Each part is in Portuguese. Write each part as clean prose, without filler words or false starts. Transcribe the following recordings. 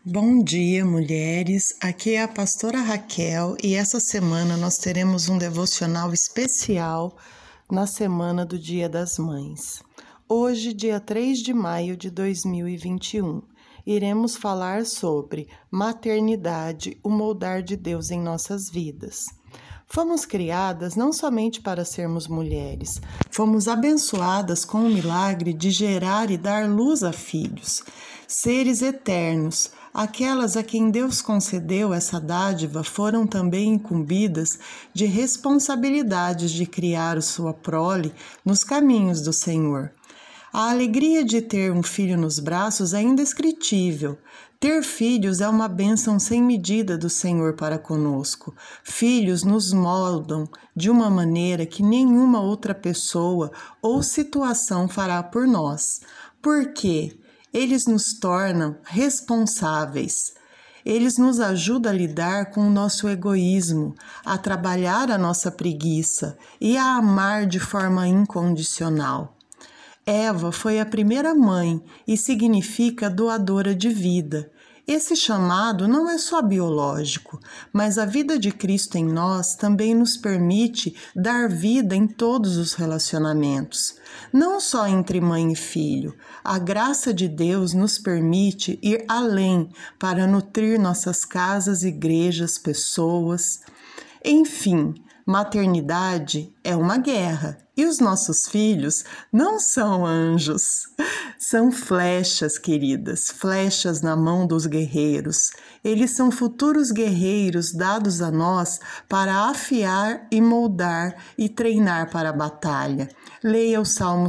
Bom dia, mulheres. Aqui é a pastora Raquel e essa semana nós teremos um devocional especial na semana do Dia das Mães. Hoje, dia 3 de maio de 2021, iremos falar sobre maternidade, o moldar de Deus em nossas vidas. Fomos criadas não somente para sermos mulheres, fomos abençoadas com o milagre de gerar e dar luz a filhos, seres eternos. Aquelas a quem Deus concedeu essa dádiva foram também incumbidas de responsabilidades de criar sua prole nos caminhos do Senhor. A alegria de ter um filho nos braços é indescritível. Ter filhos é uma bênção sem medida do Senhor para conosco. Filhos nos moldam de uma maneira que nenhuma outra pessoa ou situação fará por nós. Por quê? Eles nos tornam responsáveis. Eles nos ajudam a lidar com o nosso egoísmo, a trabalhar a nossa preguiça e a amar de forma incondicional. Eva foi a primeira mãe e significa doadora de vida. Esse chamado não é só biológico, mas a vida de Cristo em nós também nos permite dar vida em todos os relacionamentos, não só entre mãe e filho. A graça de Deus nos permite ir além para nutrir nossas casas, igrejas, pessoas. Enfim, maternidade é uma guerra e os nossos filhos não são anjos, são flechas, queridas, flechas na mão dos guerreiros. Eles são futuros guerreiros dados a nós para afiar e moldar e treinar para a batalha. Leia o Salmo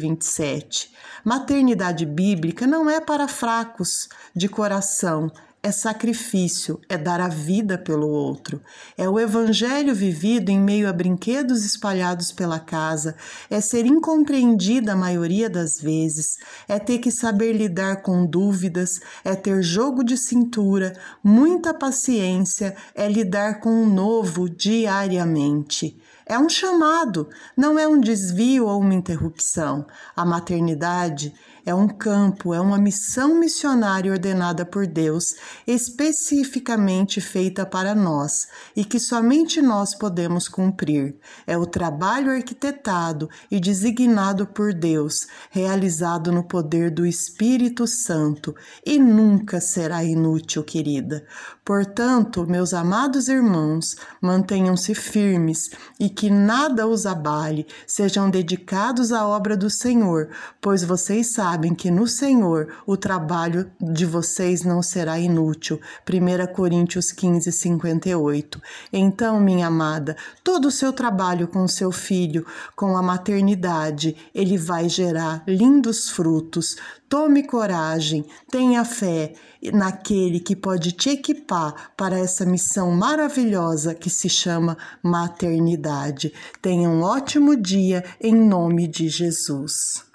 127. Maternidade bíblica não é para fracos de coração, é sacrifício, é dar a vida pelo outro. É o evangelho vivido em meio a brinquedos espalhados pela casa, é ser incompreendida a maioria das vezes, é ter que saber lidar com dúvidas, é ter jogo de cintura, muita paciência, é lidar com o novo diariamente. É um chamado, não é um desvio ou uma interrupção. A maternidade é um campo, é uma missão missionária ordenada por Deus, especificamente feita para nós e que somente nós podemos cumprir. É o trabalho arquitetado e designado por Deus, realizado no poder do Espírito Santo e nunca será inútil, querida. Portanto, meus amados irmãos, mantenham-se firmes e que nada os abale, sejam dedicados à obra do Senhor, pois vocês sabem que no Senhor o trabalho de vocês não será inútil. 1 Coríntios 15, 58. Então, minha amada, todo o seu trabalho com seu filho, com a maternidade, ele vai gerar lindos frutos. Tome coragem, tenha fé naquele que pode te equipar para essa missão maravilhosa que se chama maternidade. Tenha um ótimo dia em nome de Jesus.